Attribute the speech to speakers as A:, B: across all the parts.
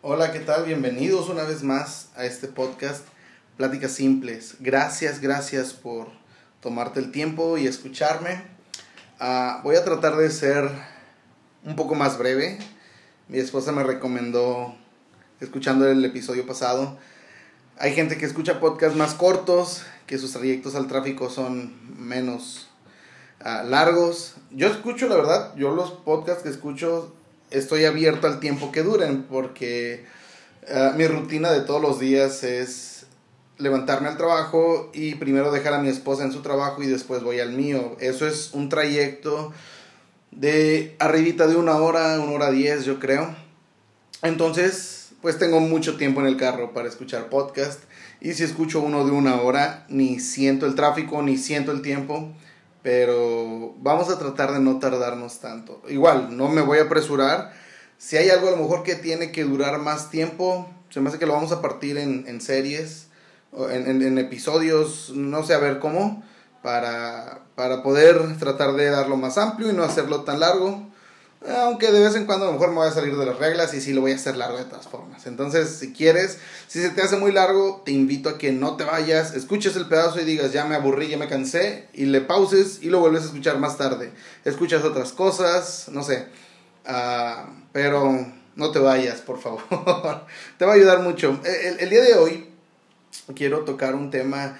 A: Hola, ¿qué tal? Bienvenidos una vez más a este podcast Pláticas Simples. Gracias por tomarte el tiempo y escucharme. Voy a tratar de ser un poco más breve. Mi esposa me recomendó, escuchando el episodio pasado, hay gente que escucha podcasts más cortos, que sus trayectos al tráfico son menos largos. Yo escucho, la verdad, los podcasts que escucho estoy abierto al tiempo que duren, porque mi rutina de todos los días es levantarme al trabajo y primero dejar a mi esposa en su trabajo y después voy al mío. Eso es un trayecto de arribita de 1 hora 10, yo creo. Entonces, pues tengo mucho tiempo en el carro para escuchar podcast. Y si escucho uno de 1 hora, ni siento el tráfico, ni siento el tiempo. Pero vamos a tratar de no tardarnos tanto. Igual, no me voy a apresurar. Si hay algo a lo mejor que tiene que durar más tiempo, se me hace que lo vamos a partir en series, en episodios, no sé, a ver cómo, para poder tratar de darlo más amplio y no hacerlo tan largo. Aunque de vez en cuando a lo mejor me voy a salir de las reglas y sí lo voy a hacer largo de todas formas. Entonces, si quieres, si se te hace muy largo, te invito a que no te vayas, escuches el pedazo y digas, ya me aburrí, ya me cansé, y le pauses y lo vuelves a escuchar más tarde. Escuchas otras cosas, no sé, pero no te vayas, por favor. Te va a ayudar mucho. El día de hoy quiero tocar un tema,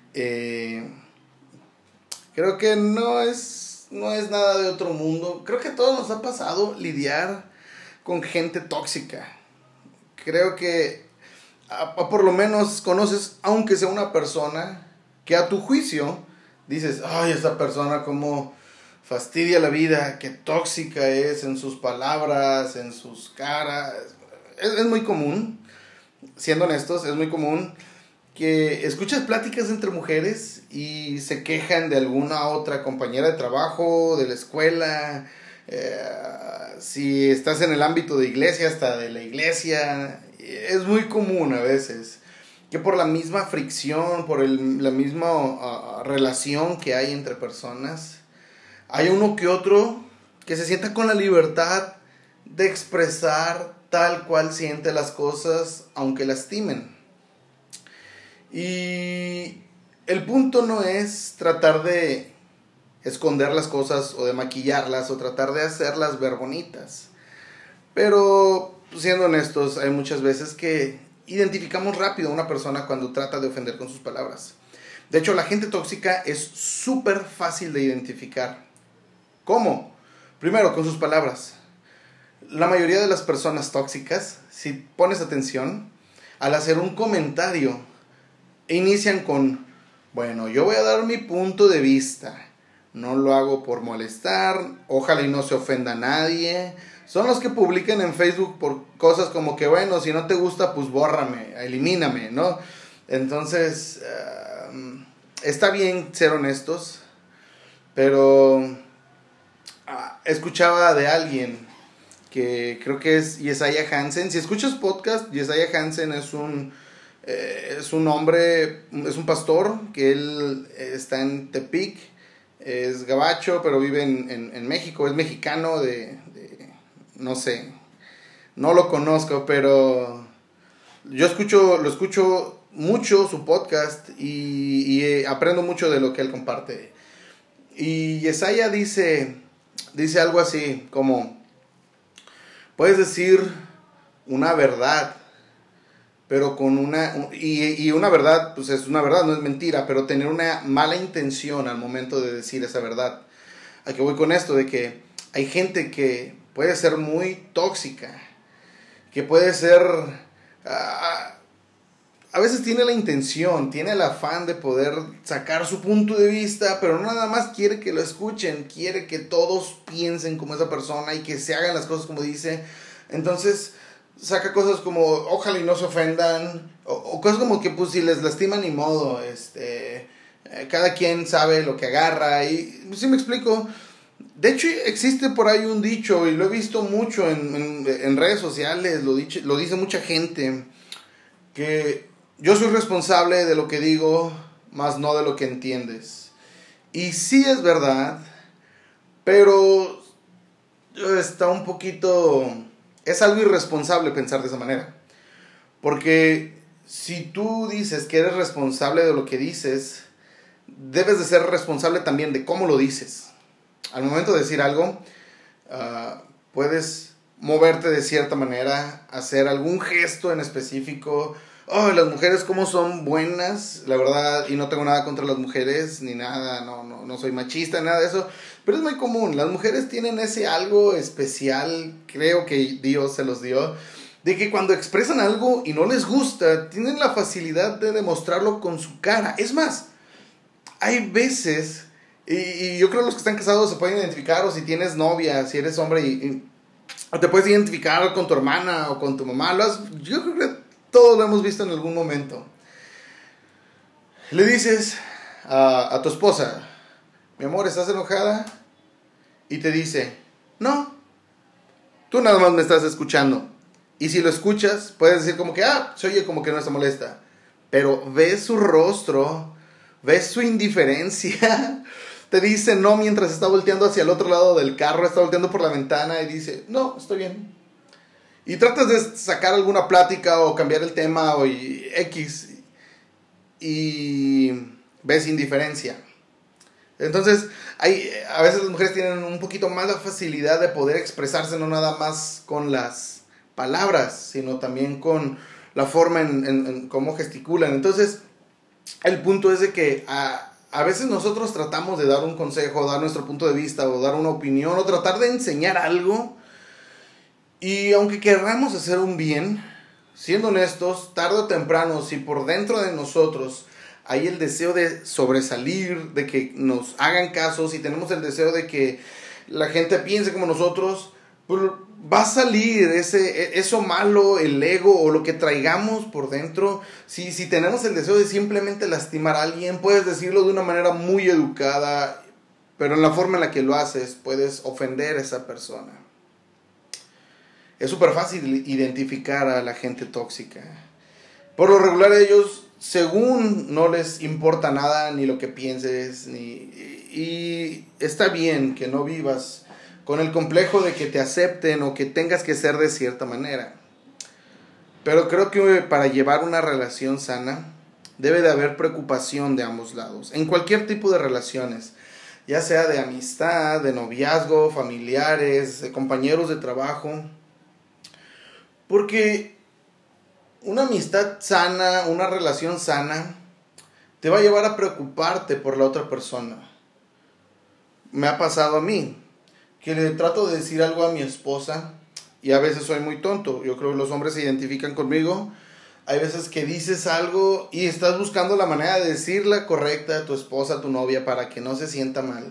A: creo que no es nada de otro mundo. Creo que a todos nos ha pasado lidiar con gente tóxica. Creo que por lo menos conoces, aunque sea una persona, que a tu juicio dices, ay, esta persona como fastidia la vida, qué tóxica es en sus palabras, en sus caras. Es muy común, siendo honestos, es muy común que escuchas pláticas entre mujeres y se quejan de alguna otra compañera de trabajo, de la escuela, si estás en el ámbito de iglesia, hasta de la iglesia. Es muy común a veces que por la misma fricción, por la misma relación que hay entre personas, hay uno que otro que se sienta con la libertad de expresar tal cual siente las cosas, aunque lastimen. Y el punto no es tratar de esconder las cosas o de maquillarlas o tratar de hacerlas ver bonitas. Pero, siendo honestos, hay muchas veces que identificamos rápido a una persona cuando trata de ofender con sus palabras. De hecho, la gente tóxica es súper fácil de identificar. ¿Cómo? Primero, con sus palabras. La mayoría de las personas tóxicas, si pones atención, al hacer un comentario, inician con, bueno, yo voy a dar mi punto de vista, no lo hago por molestar, ojalá y no se ofenda a nadie. Son los que publican en Facebook por cosas como que, bueno, si no te gusta, pues bórrame, elimíname, ¿no? Entonces, está bien ser honestos, pero escuchaba de alguien que creo que es Yesaya Hansen. Si escuchas podcast, Yesaya Hansen es un hombre, es un pastor, que él está en Tepic, es gabacho, pero vive en México, es mexicano no sé, no lo conozco, pero yo lo escucho mucho su podcast y aprendo mucho de lo que él comparte. Y Yesaya dice algo así como, puedes decir una verdad, pero con y una verdad, pues es una verdad, no es mentira, pero tener una mala intención al momento de decir esa verdad. ¿A qué voy con esto? De que hay gente que puede ser muy tóxica, que puede ser, a veces tiene la intención, tiene el afán de poder sacar su punto de vista, pero no nada más quiere que lo escuchen, quiere que todos piensen como esa persona y que se hagan las cosas como dice. Entonces saca cosas como, ojalá y no se ofendan, o cosas como que pues si les lastima ni modo, cada quien sabe lo que agarra, y si me explico. De hecho existe por ahí un dicho, y lo he visto mucho en redes sociales, lo dice mucha gente, que yo soy responsable de lo que digo, más no de lo que entiendes. Y sí es verdad, pero está un poquito Es algo irresponsable pensar de esa manera. Porque si tú dices que eres responsable de lo que dices, debes de ser responsable también de cómo lo dices. Al momento de decir algo, puedes moverte de cierta manera, hacer algún gesto en específico. Las mujeres cómo son buenas, la verdad, y no tengo nada contra las mujeres, ni nada, no soy machista, nada de eso, pero es muy común. Las mujeres tienen ese algo especial, creo que Dios se los dio, de que cuando expresan algo y no les gusta, tienen la facilidad de demostrarlo con su cara. Es más, hay veces, y yo creo que los que están casados se pueden identificar, o si tienes novia, si eres hombre, o te puedes identificar con tu hermana o con tu mamá. Yo creo que todos lo hemos visto en algún momento. Le dices a tu esposa, mi amor, ¿estás enojada? Y te dice, no, tú nada más me estás escuchando. Y si lo escuchas, puedes decir como que, se oye como que no está molesta. Pero ves su rostro, ves su indiferencia. Te dice no mientras está volteando hacia el otro lado del carro, está volteando por la ventana y dice, no, estoy bien. Y tratas de sacar alguna plática o cambiar el tema o X y ves indiferencia. Entonces, a veces las mujeres tienen un poquito más la facilidad de poder expresarse, no nada más con las palabras, sino también con la forma en cómo gesticulan. Entonces, el punto es de que a veces nosotros tratamos de dar un consejo, dar nuestro punto de vista o dar una opinión o tratar de enseñar algo. Y aunque querramos hacer un bien, siendo honestos, tarde o temprano, si por dentro de nosotros hay el deseo de sobresalir, de que nos hagan caso, si tenemos el deseo de que la gente piense como nosotros, pues va a salir eso malo, el ego o lo que traigamos por dentro. Si tenemos el deseo de simplemente lastimar a alguien, puedes decirlo de una manera muy educada, pero en la forma en la que lo haces puedes ofender a esa persona. Es súper fácil identificar a la gente tóxica. Por lo regular ellos, según no les importa nada, ni lo que pienses, y está bien que no vivas con el complejo de que te acepten o que tengas que ser de cierta manera. Pero creo que para llevar una relación sana, debe de haber preocupación de ambos lados. En cualquier tipo de relaciones, ya sea de amistad, de noviazgo, familiares, de compañeros de trabajo. Porque una amistad sana, una relación sana, te va a llevar a preocuparte por la otra persona. Me ha pasado a mí, que le trato de decir algo a mi esposa, y a veces soy muy tonto. Yo creo que los hombres se identifican conmigo. Hay veces que dices algo y estás buscando la manera de decirla correcta a tu esposa, a tu novia, para que no se sienta mal.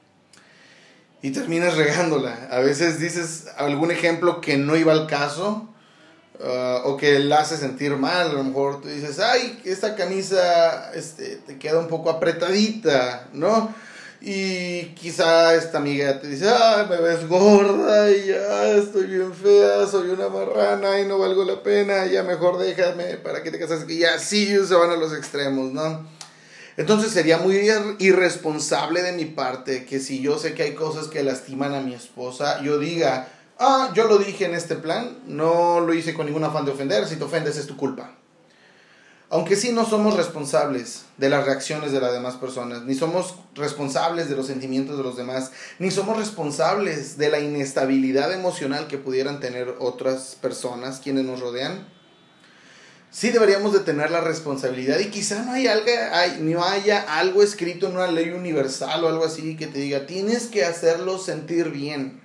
A: Y terminas regándola. A veces dices algún ejemplo que no iba al caso, o que la hace sentir mal. A lo mejor tú dices, ay, esta camisa te queda un poco apretadita, ¿no? Y quizá esta amiga te dice, ay, me ves gorda y ya estoy bien fea, soy una marrana y no valgo la pena, ya mejor déjame, ¿para qué te casas? Y así se van a los extremos, ¿no? Entonces sería muy irresponsable de mi parte que si yo sé que hay cosas que lastiman a mi esposa, yo diga, yo lo dije en este plan, no lo hice con ningún afán de ofender, si te ofendes es tu culpa. Aunque sí no somos responsables de las reacciones de las demás personas, ni somos responsables de los sentimientos de los demás, ni somos responsables de la inestabilidad emocional que pudieran tener otras personas quienes nos rodean, sí deberíamos de tener la responsabilidad. Y quizá no haya algo escrito en una ley universal o algo así que te diga, tienes que hacerlo sentir bien.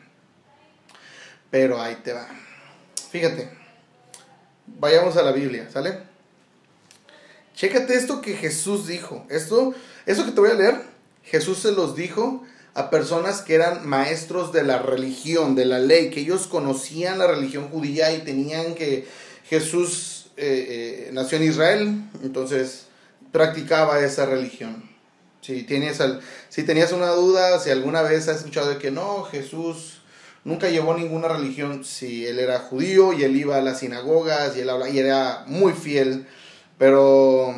A: Pero ahí te va. Fíjate, vayamos a la Biblia, ¿sale? Chécate esto que Jesús dijo. Eso que te voy a leer, Jesús se los dijo a personas que eran maestros de la religión, de la ley, que ellos conocían la religión judía y tenían que Jesús nació en Israel, entonces practicaba esa religión. Si tenías una duda, si alguna vez has escuchado de que no, Jesús nunca llevó ninguna religión, si él era judío y él iba a las sinagogas y él hablaba y era muy fiel, pero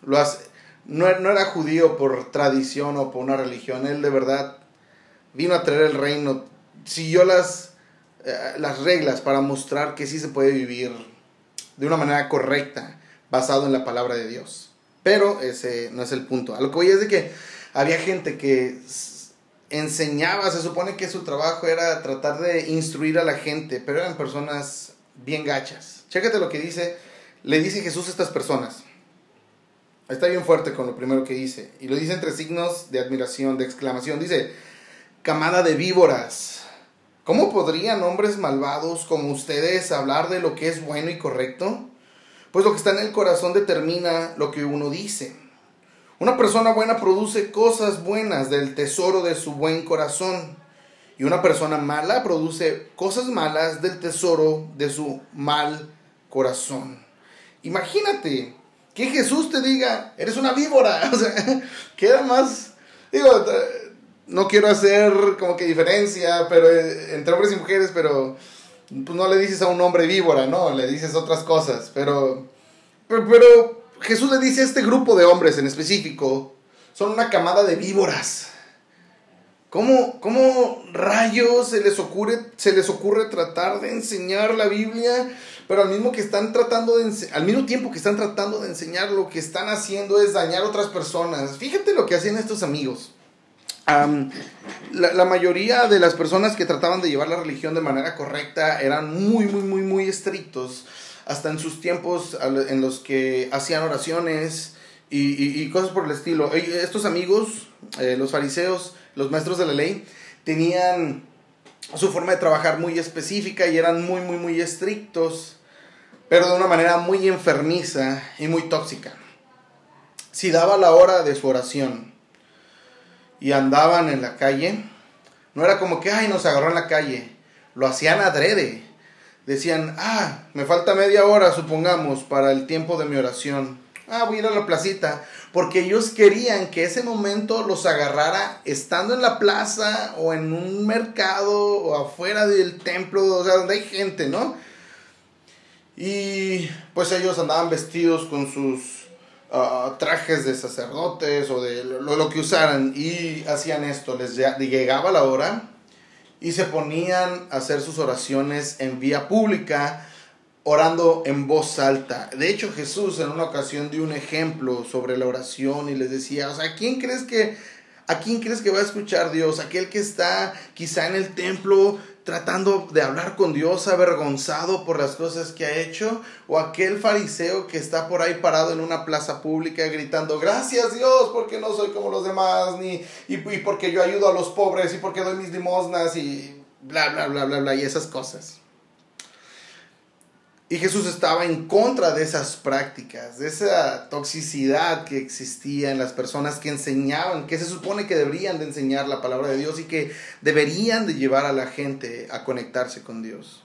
A: no era judío por tradición o por una religión. Él de verdad vino a traer el reino, siguió las las reglas para mostrar que sí se puede vivir de una manera correcta, basado en la palabra de Dios. Pero ese no es el punto. A lo que voy es de que había gente que enseñaba, se supone que su trabajo era tratar de instruir a la gente, pero eran personas bien gachas. Chécate lo que le dice Jesús a estas personas. Está bien fuerte con lo primero que dice, y lo dice entre signos de admiración, de exclamación. Dice: camada de víboras, ¿cómo podrían hombres malvados como ustedes hablar de lo que es bueno y correcto? Pues lo que está en el corazón determina lo que uno dice. Una persona buena produce cosas buenas del tesoro de su buen corazón, y una persona mala produce cosas malas del tesoro de su mal corazón. Imagínate que Jesús te diga: eres una víbora. O sea, queda más... Digo, no quiero hacer como que diferencia pero entre hombres y mujeres, pero pues no le dices a un hombre víbora, no, le dices otras cosas. Pero Jesús le dice a este grupo de hombres en específico: son una camada de víboras. ¿Cómo rayos se les ocurre tratar de enseñar la Biblia? Pero al mismo tiempo que están tratando de enseñar, lo que están haciendo es dañar a otras personas. Fíjate lo que hacían estos amigos. La mayoría de las personas que trataban de llevar la religión de manera correcta eran muy estrictos. Hasta en sus tiempos en los que hacían oraciones y cosas por el estilo. Estos amigos, los fariseos, los maestros de la ley, tenían su forma de trabajar muy específica y eran muy estrictos, pero de una manera muy enfermiza y muy tóxica. Si daba la hora de su oración y andaban en la calle, no era como que nos agarró en la calle. Lo hacían adrede. Decían: me falta media hora, supongamos, para el tiempo de mi oración. Voy a ir a la placita. Porque ellos querían que ese momento los agarrara estando en la plaza o en un mercado o afuera del templo, o sea, donde hay gente, ¿no? Y pues ellos andaban vestidos con sus trajes de sacerdotes o de lo que usaran, y hacían esto. Les llegaba la hora y se ponían a hacer sus oraciones en vía pública, orando en voz alta. De hecho, Jesús en una ocasión dio un ejemplo sobre la oración y les decía: ¿a quién crees que va a escuchar Dios? ¿Aquel que está quizá en el templo tratando de hablar con Dios, avergonzado por las cosas que ha hecho? ¿O aquel fariseo que está por ahí parado en una plaza pública gritando: gracias Dios porque no soy como los demás, y porque yo ayudo a los pobres, y porque doy mis limosnas, y bla bla bla bla bla, y esas cosas? Y Jesús estaba en contra de esas prácticas, de esa toxicidad que existía en las personas que enseñaban, que se supone que deberían de enseñar la palabra de Dios y que deberían de llevar a la gente a conectarse con Dios.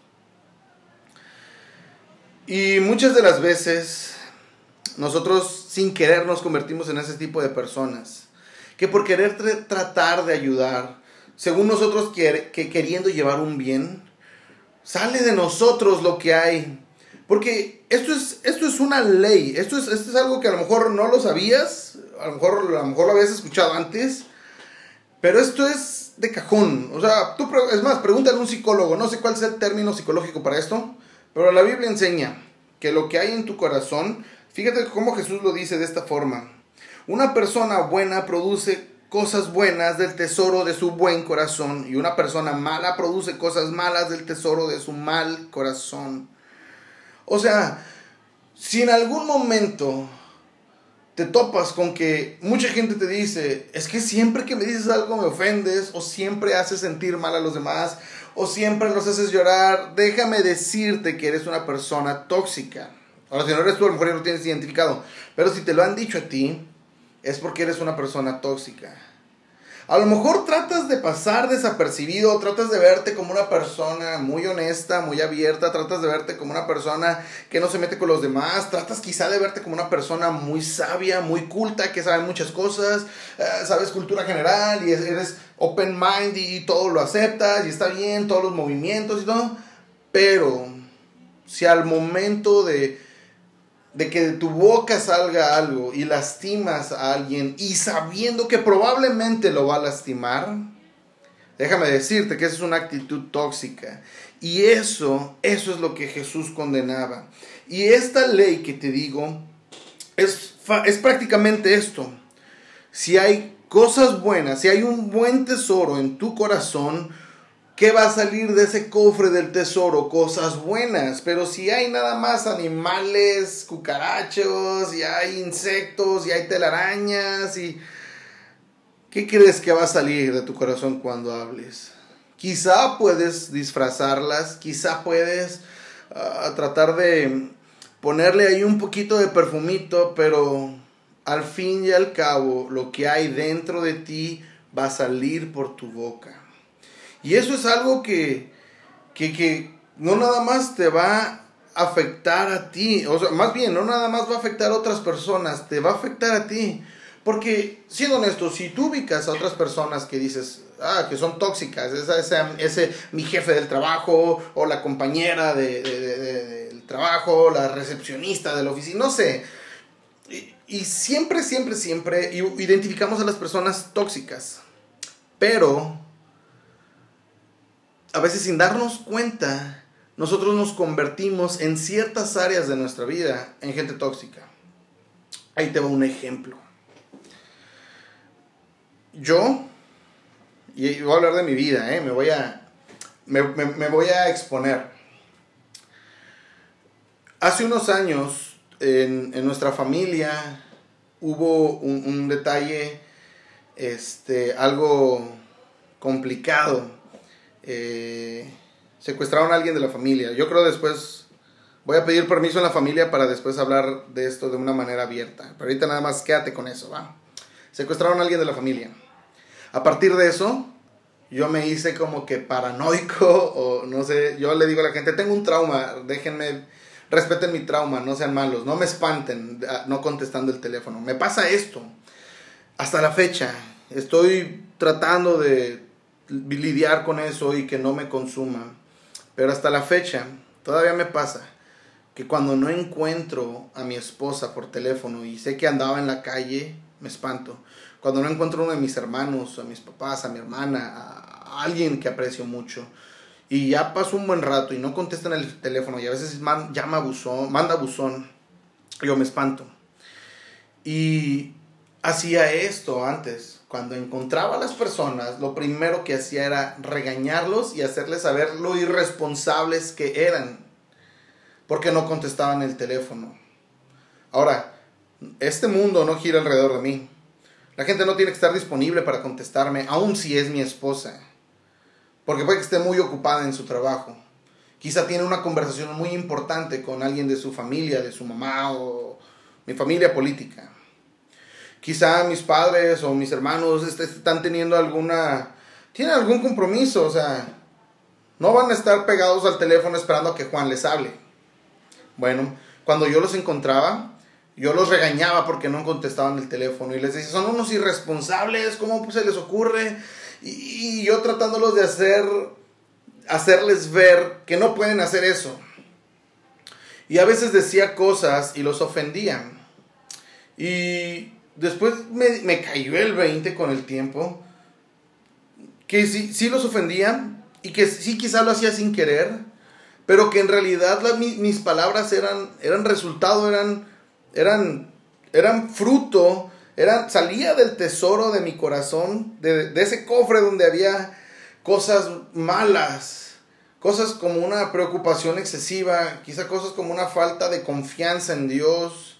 A: Y muchas de las veces nosotros sin querer nos convertimos en ese tipo de personas, que por querer tratar de ayudar, según nosotros queriendo llevar un bien, sale de nosotros lo que hay. Porque esto es una ley. Esto es algo que a lo mejor no lo sabías, a lo mejor lo habías escuchado antes, pero esto es de cajón. O sea, es más, pregúntale a un psicólogo. No sé cuál es el término psicológico para esto, pero la Biblia enseña que lo que hay en tu corazón, fíjate cómo Jesús lo dice de esta forma: una persona buena produce cosas buenas del tesoro de su buen corazón, y una persona mala produce cosas malas del tesoro de su mal corazón. O sea, si en algún momento te topas con que mucha gente te dice: es que siempre que me dices algo me ofendes, o siempre haces sentir mal a los demás, o siempre los haces llorar, déjame decirte que eres una persona tóxica. Ahora, si no eres tú, a lo mejor ya lo tienes identificado, pero si te lo han dicho a ti, es porque eres una persona tóxica. A lo mejor tratas de pasar desapercibido, tratas de verte como una persona muy honesta, muy abierta, tratas de verte como una persona que no se mete con los demás, tratas quizá de verte como una persona muy sabia, muy culta, que sabe muchas cosas, sabes cultura general y eres open mind y todo lo aceptas y está bien, todos los movimientos y todo. Pero si al momento de que de tu boca salga algo y lastimas a alguien y sabiendo que probablemente lo va a lastimar, Déjame decirte que esa es una actitud tóxica. Y eso es lo que Jesús condenaba. Y esta ley que te digo es prácticamente esto. Si hay cosas buenas, si hay un buen tesoro en tu corazón, ¿qué va a salir de ese cofre del tesoro? Cosas buenas. Pero si hay nada más animales, cucarachos, y hay insectos, y hay telarañas, ¿qué crees que va a salir de tu corazón cuando hables? Quizá puedes disfrazarlas, quizá puedes tratar de ponerle ahí un poquito de perfumito, pero al fin y al cabo lo que hay dentro de ti va a salir por tu boca. Y eso es algo que no nada más te va a afectar a ti, o sea, más bien no nada más va a afectar a otras personas, te va a afectar a ti. Porque, siendo honesto, si tú ubicas a otras personas que dices, que son tóxicas, ese mi jefe del trabajo, o la compañera del trabajo, la recepcionista de la oficina, no sé. Y siempre identificamos a las personas tóxicas. Pero, a veces sin darnos cuenta, nosotros nos convertimos en ciertas áreas de nuestra vida en gente tóxica. Ahí te va un ejemplo. Yo, y voy a hablar de mi vida, me voy a exponer. Hace unos años, en nuestra familia, hubo un detalle, algo complicado. Secuestraron a alguien de la familia. Yo creo después voy a pedir permiso en la familia para después hablar de esto de una manera abierta. Pero ahorita nada más quédate con eso, ¿va? Secuestraron a alguien de la familia. A partir de eso, yo me hice como que paranoico, o no sé, yo le digo a la gente, tengo un trauma, respeten mi trauma, no sean malos, no me espanten, no contestando el teléfono. Me pasa esto, hasta la fecha, estoy tratando de lidiar con eso y que no me consuma, pero hasta la fecha, todavía me pasa, que cuando no encuentro a mi esposa por teléfono y sé que andaba en la calle, me espanto. Cuando no encuentro a uno de mis hermanos, a mis papás, a mi hermana, a alguien que aprecio mucho, y ya pasó un buen rato y no contestan el teléfono, y a veces manda buzón, yo me espanto. Y hacía esto antes. Cuando encontraba a las personas, lo primero que hacía era regañarlos y hacerles saber lo irresponsables que eran, porque no contestaban el teléfono. Ahora, este mundo no gira alrededor de mí. La gente no tiene que estar disponible para contestarme, aun si es mi esposa. Porque puede que esté muy ocupada en su trabajo. Quizá tiene una conversación muy importante con alguien de su familia, de su mamá o mi familia política. Quizá mis padres o mis hermanos están teniendo tienen algún compromiso, o sea, no van a estar pegados al teléfono esperando a que Juan les hable. Bueno, cuando yo los encontraba, yo los regañaba porque no contestaban el teléfono y les decía, son unos irresponsables, ¿cómo se les ocurre? Y yo tratándolos de hacerles ver que no pueden hacer eso. Y a veces decía cosas y los ofendía. Y después me cayó el 20 con el tiempo, que sí los ofendía y que sí quizá lo hacía sin querer, pero que en realidad mis palabras eran resultado, eran fruto, salía del tesoro de mi corazón, de ese cofre donde había cosas malas, cosas como una preocupación excesiva, quizá cosas como una falta de confianza en Dios.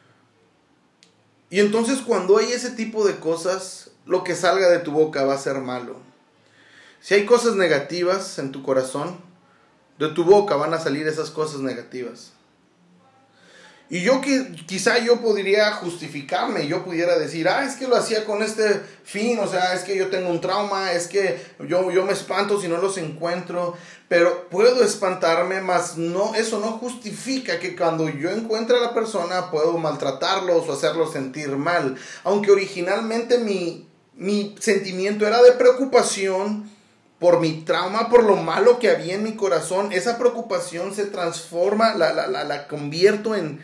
A: Y entonces cuando hay ese tipo de cosas, lo que salga de tu boca va a ser malo. Si hay cosas negativas en tu corazón, de tu boca van a salir esas cosas negativas. Y quizá yo podría justificarme, yo pudiera decir, es que lo hacía con este fin, o sea, es que yo tengo un trauma, es que yo me espanto si no los encuentro, pero puedo espantarme, mas no, eso no justifica que cuando yo encuentre a la persona puedo maltratarlos o hacerlos sentir mal, aunque originalmente mi sentimiento era de preocupación por mi trauma, por lo malo que había en mi corazón. Esa preocupación se transforma, la convierto en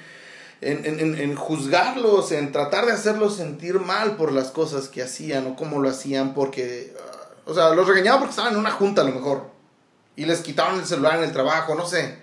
A: tratar de hacerlos sentir mal por las cosas que hacían o cómo lo hacían, porque O sea, los regañaba porque estaban en una junta a lo mejor. Y les quitaban el celular en el trabajo, no sé.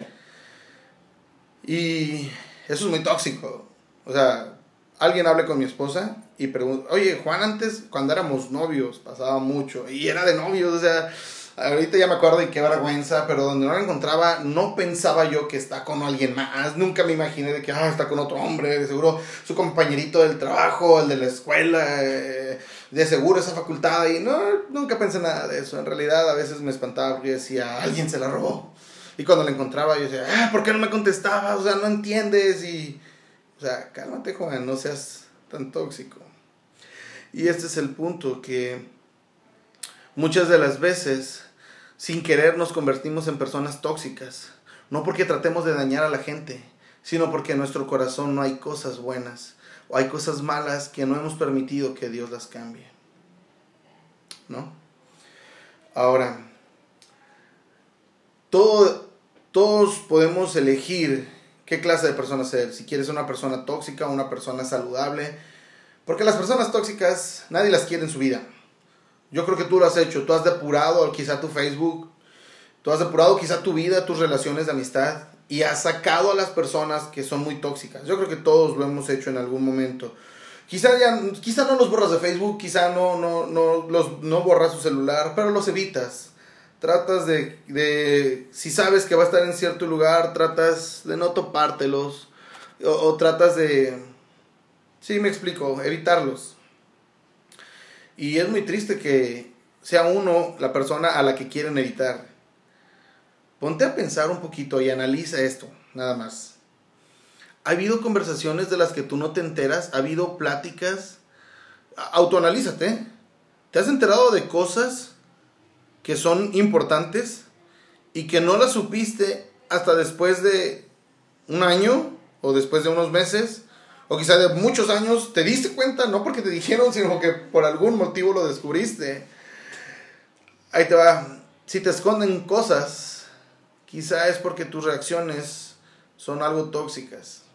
A: Y eso es muy tóxico. O sea, alguien hable con mi esposa y pregunta, oye, Juan, antes cuando éramos novios pasaba mucho. Y era de novios, o sea, ahorita ya me acuerdo y qué vergüenza, pero donde no la encontraba, no pensaba yo que está con alguien más. Nunca me imaginé de que está con otro hombre, de seguro su compañerito del trabajo, el de la escuela, de seguro esa facultad. Y no, nunca pensé nada de eso. En realidad a veces me espantaba porque decía, alguien se la robó. Y cuando la encontraba yo decía, ¿por qué no me contestaba? O sea, no entiendes. Y, o sea, cálmate, Juan, no seas tan tóxico. Y este es el punto, que muchas de las veces, sin querer, nos convertimos en personas tóxicas. No porque tratemos de dañar a la gente, sino porque en nuestro corazón no hay cosas buenas, o hay cosas malas que no hemos permitido que Dios las cambie, ¿no? Ahora, todos podemos elegir qué clase de persona ser. Si quieres una persona tóxica o una persona saludable. Porque las personas tóxicas nadie las quiere en su vida. Yo creo que tú lo has hecho. Tú has depurado quizá tu Facebook. Tú has depurado quizá tu vida, tus relaciones de amistad. Y has sacado a las personas que son muy tóxicas. Yo creo que todos lo hemos hecho en algún momento. Quizá no los borras de Facebook. Quizá no borras su celular. Pero los evitas. Tratas si sabes que va a estar en cierto lugar, tratas de no topártelos. O tratas de... Sí, me explico, evitarlos. Y es muy triste que sea uno la persona a la que quieren evitar. Ponte a pensar un poquito y analiza esto, nada más. ¿Ha habido conversaciones de las que tú no te enteras? ¿Ha habido pláticas? Autoanalízate. ¿Te has enterado de cosas que son importantes y que no las supiste hasta después de un año o después de unos meses? O quizá de muchos años te diste cuenta, no porque te dijeron, sino porque por algún motivo lo descubriste. Ahí te va. Si te esconden cosas, quizá es porque tus reacciones son algo tóxicas.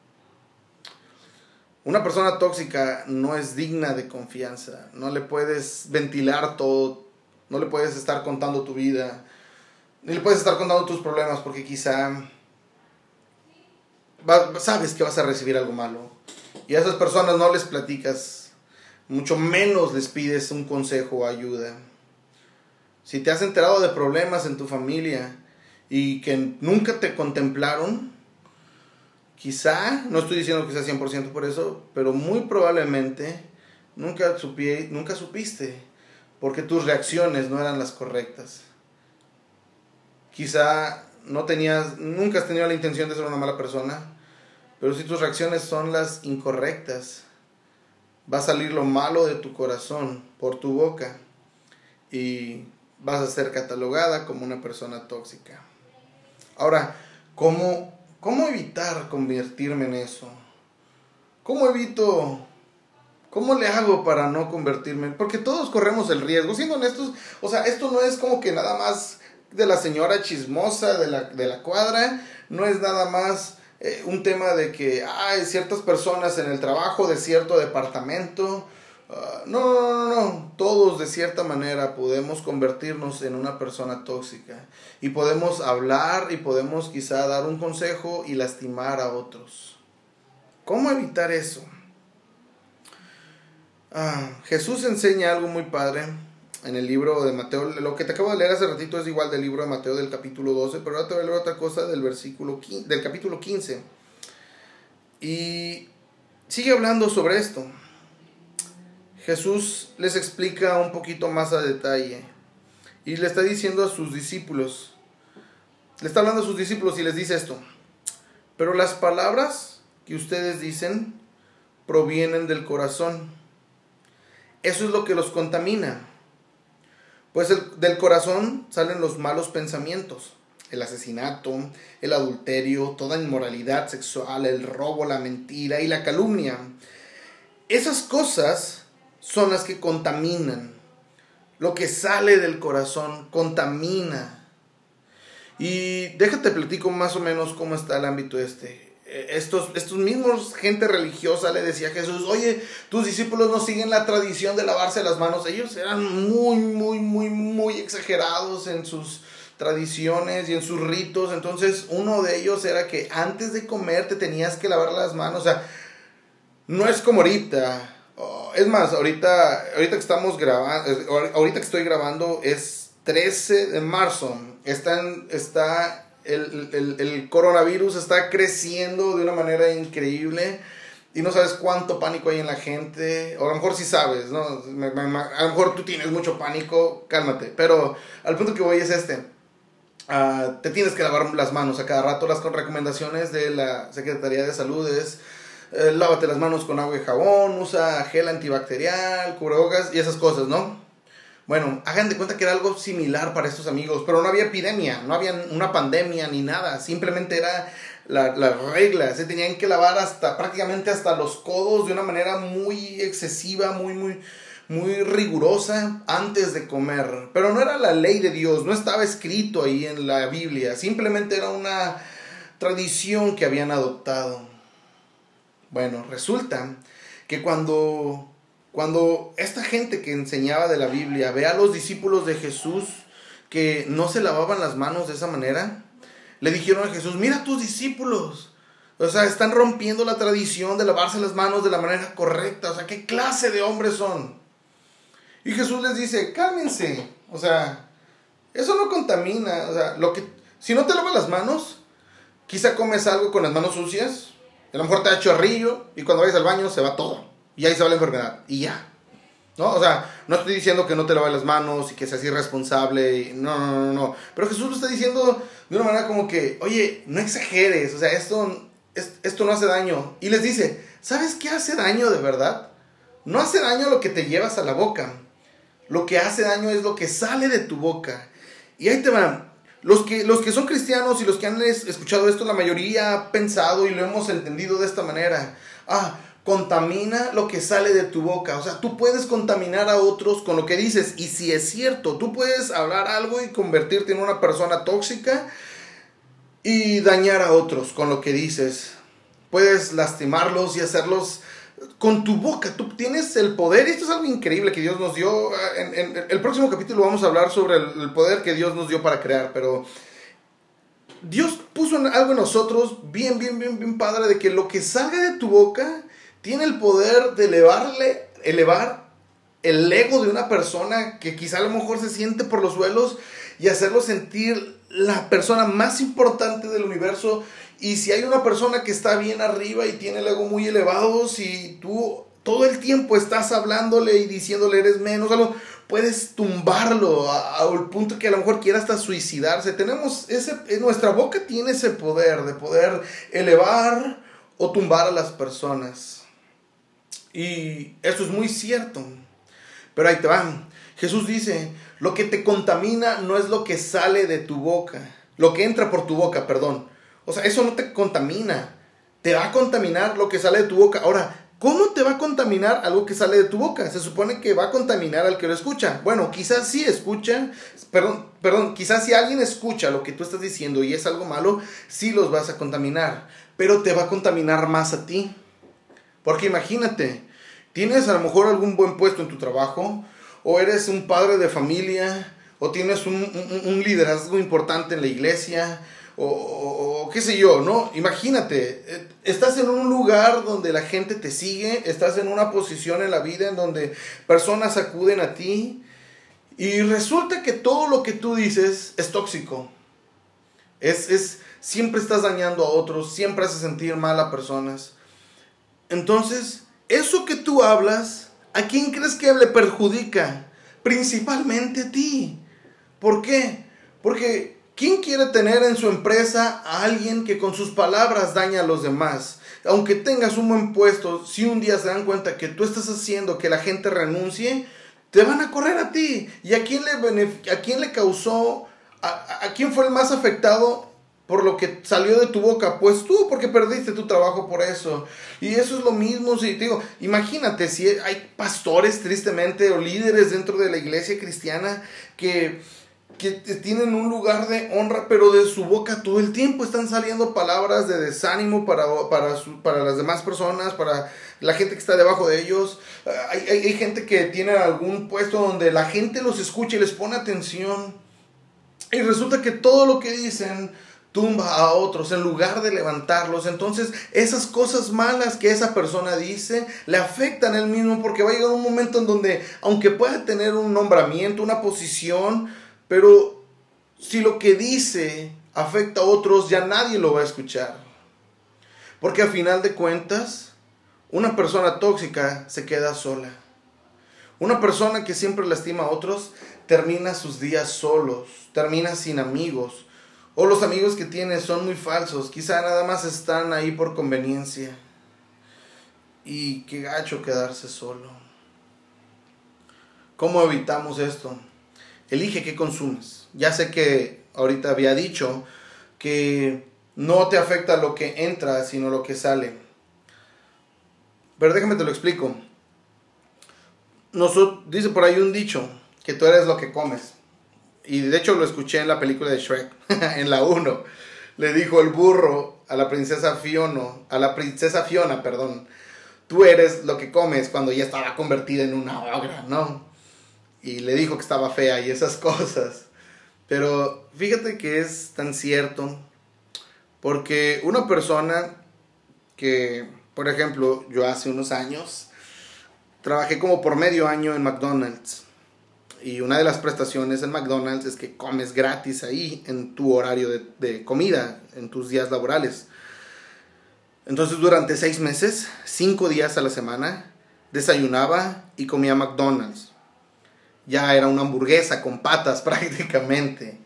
A: Una persona tóxica no es digna de confianza. No le puedes ventilar todo. No le puedes estar contando tu vida. Ni le puedes estar contando tus problemas porque quizá... sabes que vas a recibir algo malo. Y a esas personas no les platicas, mucho menos les pides un consejo o ayuda. Si te has enterado de problemas en tu familia y que nunca te contemplaron, quizá, no estoy diciendo que sea 100% por eso, pero muy probablemente nunca supiste, porque tus reacciones no eran las correctas. Quizá nunca has tenido la intención de ser una mala persona, pero si tus reacciones son las incorrectas, va a salir lo malo de tu corazón por tu boca y vas a ser catalogada como una persona tóxica. Ahora, ¿cómo evitar convertirme en eso? ¿Cómo le hago para no convertirme? Porque todos corremos el riesgo, siendo honestos. O sea, esto no es como que nada más de la señora chismosa de la cuadra. No es nada más un tema de que hay ciertas personas en el trabajo de cierto departamento. No. Todos de cierta manera podemos convertirnos en una persona tóxica. Y podemos hablar y podemos quizá dar un consejo y lastimar a otros. ¿Cómo evitar eso? Jesús enseña algo muy padre en el libro de Mateo. Lo que te acabo de leer hace ratito es igual del libro de Mateo del capítulo 12, pero ahora te voy a leer otra cosa del capítulo 15. Y sigue hablando sobre esto. Jesús les explica un poquito más a detalle y le está diciendo a sus discípulos, le está hablando a sus discípulos y les dice esto: pero las palabras que ustedes dicen provienen del corazón. Eso es lo que los contamina. Pues del corazón salen los malos pensamientos, el asesinato, el adulterio, toda inmoralidad sexual, el robo, la mentira y la calumnia. Esas cosas son las que contaminan. Lo que sale del corazón contamina. Y déjate platico más o menos cómo está el ámbito este. estos mismos gente religiosa le decía a Jesús, oye, tus discípulos no siguen la tradición de lavarse las manos. Ellos eran muy exagerados en sus tradiciones y en sus ritos. Entonces uno de ellos era que antes de comer te tenías que lavar las manos. O sea, no es como ahorita. Es más, ahorita que estamos grabando, ahorita que estoy grabando es 13 de marzo. El coronavirus está creciendo de una manera increíble y no sabes cuánto pánico hay en la gente. O a lo mejor sí sabes, ¿no? A lo mejor tú tienes mucho pánico, cálmate. Pero al punto que voy es te tienes que lavar las manos a cada rato. Las recomendaciones de la Secretaría de Salud es lávate las manos con agua y jabón, usa gel antibacterial, cubrebocas y esas cosas, ¿no? Bueno, hagan de cuenta que era algo similar para estos amigos, pero no había epidemia, no había una pandemia ni nada, simplemente era las reglas. Se tenían que lavar prácticamente hasta los codos de una manera muy excesiva, muy rigurosa antes de comer. Pero no era la ley de Dios, no estaba escrito ahí en la Biblia, simplemente era una tradición que habían adoptado. Bueno, resulta que cuando esta gente que enseñaba de la Biblia ve a los discípulos de Jesús que no se lavaban las manos de esa manera, le dijeron a Jesús, mira tus discípulos, o sea, están rompiendo la tradición de lavarse las manos de la manera correcta, o sea, ¿qué clase de hombres son? Y Jesús les dice, cálmense, o sea, eso no contamina, o sea, si no te lavas las manos, quizá comes algo con las manos sucias, a lo mejor te da chorrillo y cuando vayas al baño se va todo. Y ahí se va la enfermedad. Y ya. ¿No? O sea, no estoy diciendo que no te laves las manos y que seas irresponsable. No. Pero Jesús lo está diciendo de una manera como que, oye, no exageres. O sea, esto no hace daño. Y les dice, ¿sabes qué hace daño de verdad? No hace daño lo que te llevas a la boca. Lo que hace daño es lo que sale de tu boca. Y ahí te van. Los que son cristianos y los que han escuchado esto, la mayoría ha pensado y lo hemos entendido de esta manera. Contamina lo que sale de tu boca. O sea, tú puedes contaminar a otros con lo que dices. Y si es cierto, tú puedes hablar algo y convertirte en una persona tóxica y dañar a otros con lo que dices. Puedes lastimarlos y hacerlos con tu boca. Tú tienes el poder. Y esto es algo increíble que Dios nos dio. En el próximo capítulo vamos a hablar sobre el poder que Dios nos dio para crear. Pero Dios puso algo en nosotros bien padre, de que lo que salga de tu boca tiene el poder de elevar el ego de una persona que quizá a lo mejor se siente por los suelos y hacerlo sentir la persona más importante del universo. Y si hay una persona que está bien arriba y tiene el ego muy elevado, si tú todo el tiempo estás hablándole y diciéndole eres menos, algo, puedes tumbarlo al punto que a lo mejor quiera hasta suicidarse. Nuestra boca tiene ese poder de poder elevar o tumbar a las personas. Y eso es muy cierto. Pero ahí te van. Jesús dice, lo que te contamina no es lo que sale de tu boca, lo que entra por tu boca, perdón. O sea, eso no te contamina. Te va a contaminar lo que sale de tu boca. Ahora, ¿cómo te va a contaminar algo que sale de tu boca? Se supone que va a contaminar al que lo escucha. Bueno, quizás sí escucha, quizás si alguien escucha lo que tú estás diciendo y es algo malo, sí los vas a contaminar. Pero te va a contaminar más a ti. Porque imagínate, tienes a lo mejor algún buen puesto en tu trabajo, o eres un padre de familia, o tienes un liderazgo importante en la iglesia, o qué sé yo, ¿no? Imagínate, estás en un lugar donde la gente te sigue, estás en una posición en la vida en donde personas acuden a ti y resulta que todo lo que tú dices es tóxico. Siempre estás dañando a otros, siempre haces sentir mal a personas. Entonces, eso que tú hablas, ¿a quién crees que le perjudica? Principalmente a ti. ¿Por qué? Porque ¿quién quiere tener en su empresa a alguien que con sus palabras daña a los demás? Aunque tengas un buen puesto, si un día se dan cuenta que tú estás haciendo que la gente renuncie, te van a correr a ti. ¿Y a quién le causó? ¿A quién fue el más afectado por lo que salió de tu boca? Pues tú, porque perdiste tu trabajo por eso. Y eso es lo mismo, si te digo, imagínate si hay pastores tristemente o líderes dentro de la iglesia cristiana que que tienen un lugar de honra, pero de su boca todo el tiempo están saliendo palabras de desánimo para las demás personas, para la gente que está debajo de ellos. Hay gente que tiene algún puesto donde la gente los escucha y les pone atención, y resulta que todo lo que dicen tumba a otros en lugar de levantarlos. Entonces esas cosas malas que esa persona dice le afectan a él mismo, porque va a llegar un momento en donde, aunque pueda tener un nombramiento, una posición, pero si lo que dice afecta a otros, ya nadie lo va a escuchar. Porque a final de cuentas, una persona tóxica se queda sola. Una persona que siempre lastima a otros termina sus días solos, termina sin amigos. O los amigos que tiene son muy falsos, quizá nada más están ahí por conveniencia. Y qué gacho quedarse solo. ¿Cómo evitamos esto? Elige qué consumes. Ya sé que ahorita había dicho que no te afecta lo que entra, sino lo que sale. Pero déjame te lo explico. Dice por ahí un dicho, que tú eres lo que comes. Y de hecho lo escuché en la película de Shrek, en la 1. Le dijo el burro a la princesa Fiona, tú eres lo que comes, cuando ya estaba convertida en una ogra, ¿no? Y le dijo que estaba fea y esas cosas. Pero fíjate que es tan cierto, porque una persona que, por ejemplo, yo hace unos años trabajé como por medio año en McDonald's. Y una de las prestaciones en McDonald's es que comes gratis ahí en tu horario de comida, en tus días laborales. Entonces durante 6 meses, 5 días a la semana, desayunaba y comía McDonald's. Ya era una hamburguesa con patas prácticamente.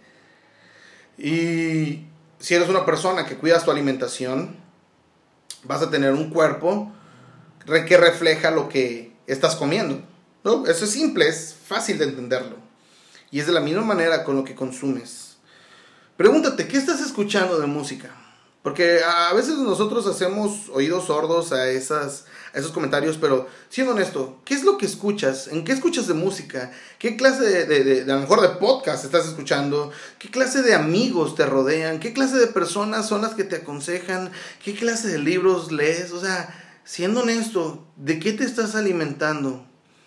A: Y si eres una persona que cuidas tu alimentación, vas a tener un cuerpo que refleja lo que estás comiendo, ¿no? Eso es simple, es fácil de entenderlo. Y es de la misma manera con lo que consumes. Pregúntate, ¿qué estás escuchando de música? Porque a veces nosotros hacemos oídos sordos a esos comentarios, pero siendo honesto, ¿qué es lo que escuchas? ¿En qué escuchas de música? ¿Qué clase de a lo mejor de podcast estás escuchando? ¿Qué clase de amigos te rodean? ¿Qué clase de personas son las que te aconsejan? ¿Qué clase de libros lees? O sea, siendo honesto, ¿de qué te estás alimentando?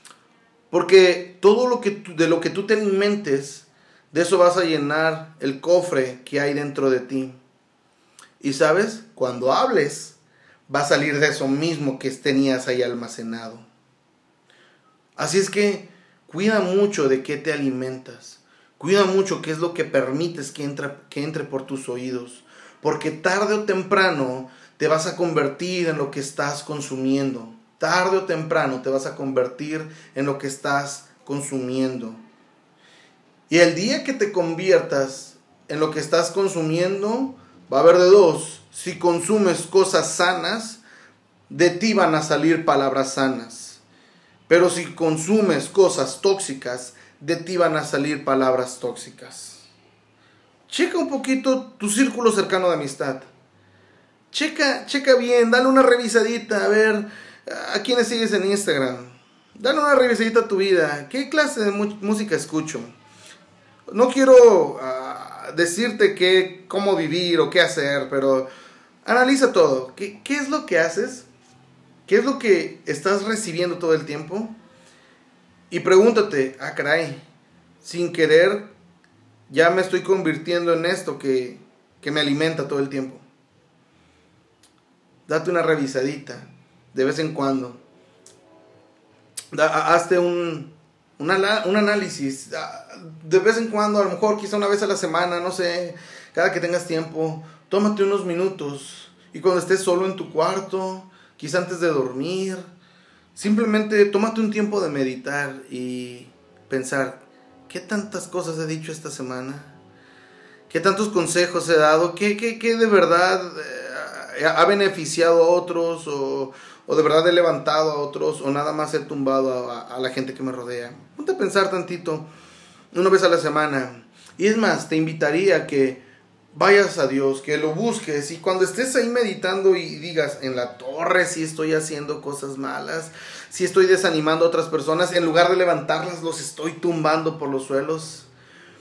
A: Porque todo de lo que tú te alimentes, de eso vas a llenar el cofre que hay dentro de ti. Y sabes, cuando hables, va a salir de eso mismo que tenías ahí almacenado. Así es que cuida mucho de qué te alimentas. Cuida mucho qué es lo que permites que entre por tus oídos. Porque tarde o temprano te vas a convertir en lo que estás consumiendo. Tarde o temprano te vas a convertir en lo que estás consumiendo. Y el día que te conviertas en lo que estás consumiendo, va a haber de dos. Si consumes cosas sanas, de ti van a salir palabras sanas. Pero si consumes cosas tóxicas, de ti van a salir palabras tóxicas. Checa un poquito tu círculo cercano de amistad. Checa bien, dale una revisadita, a ver a quiénes sigues en Instagram. Dale una revisadita a tu vida. ¿Qué clase de música escucho? No quiero decirte cómo vivir o qué hacer, pero analiza todo. ¿Qué es lo que haces? ¿Qué es lo que estás recibiendo todo el tiempo? Y pregúntate, caray, sin querer ya me estoy convirtiendo en esto que me alimenta todo el tiempo. Date una revisadita de vez en cuando. Hazte un análisis de vez en cuando, a lo mejor quizá una vez a la semana, no sé, cada que tengas tiempo, tómate unos minutos, y cuando estés solo en tu cuarto, quizá antes de dormir, simplemente tómate un tiempo de meditar y pensar, ¿qué tantas cosas he dicho esta semana? ¿Qué tantos consejos he dado? ¿Qué de verdad ha beneficiado a otros? ¿O de verdad he levantado a otros? ¿O nada más he tumbado a la gente que me rodea? Ponte a pensar tantito, una vez a la semana. Y es más, te invitaría a que vayas a Dios, que lo busques. Y cuando estés ahí meditando y digas, en la torre si estoy haciendo cosas malas, si estoy desanimando a otras personas, en lugar de levantarlas, los estoy tumbando por los suelos.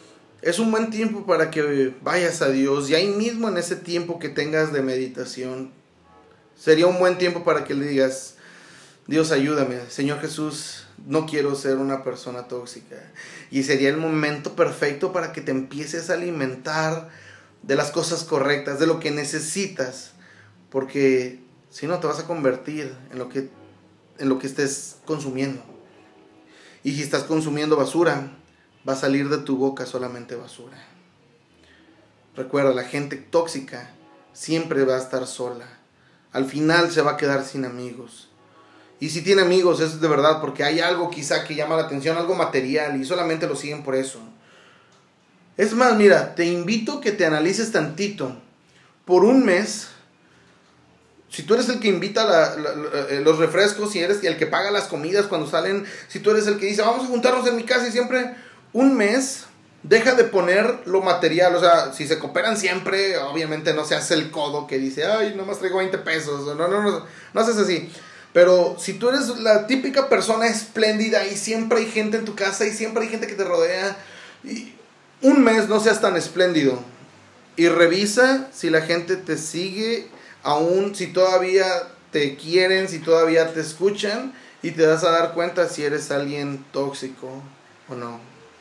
A: es un buen tiempo para que vayas a Dios. Y ahí mismo en ese tiempo que tengas de meditación, sería un buen tiempo para que le digas: Dios, ayúdame, Señor Jesús, no quiero ser una persona tóxica. Y sería el momento perfecto para que te empieces a alimentar de las cosas correctas, de lo que necesitas, porque si no te vas a convertir en lo que estés consumiendo. Y si estás consumiendo basura, va a salir de tu boca solamente basura. Recuerda, la gente tóxica siempre va a estar sola. Al final se va a quedar sin amigos. Y si tiene amigos es de verdad porque hay algo quizá que llama la atención, algo material, y solamente lo siguen por eso. Es más, mira, te invito a que te analices tantito. Por un mes, si tú eres el que invita los refrescos, si eres el que paga las comidas cuando salen, si tú eres el que dice vamos a juntarnos en mi casa y siempre, un mes, deja de poner lo material. O sea, si se cooperan siempre, obviamente no se hace el codo que dice, ay, nomás traigo 20 pesos. No haces así. Pero si tú eres la típica persona espléndida y siempre hay gente en tu casa y siempre hay gente que te rodea, y un mes no seas tan espléndido. Y revisa si la gente te sigue, aún si todavía te quieren, si todavía te escuchan, y te vas a dar cuenta si eres alguien tóxico o no.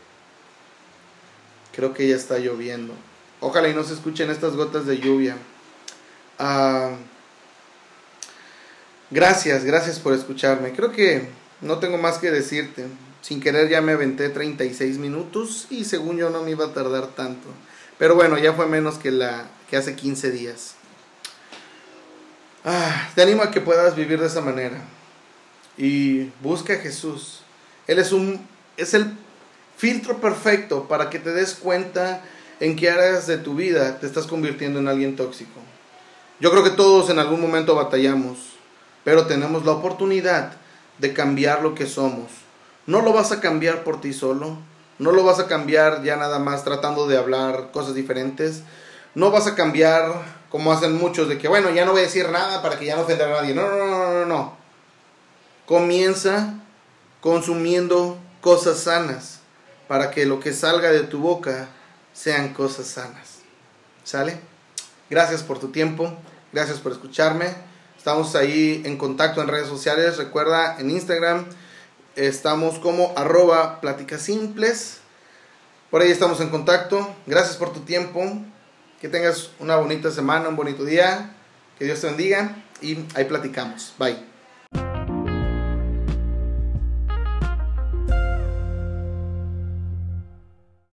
A: Creo que ya está lloviendo. Ojalá y no se escuchen estas gotas de lluvia. Gracias por escucharme. Creo que no tengo más que decirte. Sin querer ya me aventé 36 minutos y según yo no me iba a tardar tanto. Pero bueno, ya fue menos que hace 15 días. Te animo a que puedas vivir de esa manera. Y busca a Jesús. Él es el filtro perfecto para que te des cuenta en qué áreas de tu vida te estás convirtiendo en alguien tóxico. Yo creo que todos en algún momento batallamos, pero tenemos la oportunidad de cambiar lo que somos. No lo vas a cambiar por ti solo. No lo vas a cambiar ya nada más tratando de hablar cosas diferentes. No vas a cambiar como hacen muchos de que, bueno, ya no voy a decir nada para que ya no ofenda a nadie. No. Comienza consumiendo cosas sanas para que lo que salga de tu boca sean cosas sanas. ¿Sale? Gracias por tu tiempo. Gracias por escucharme. Estamos ahí en contacto en redes sociales. Recuerda, en Instagram estamos como @platicasimples. Por ahí estamos en contacto. Gracias por tu tiempo. Que tengas una bonita semana, un bonito día. Que Dios te bendiga. Y ahí platicamos. Bye.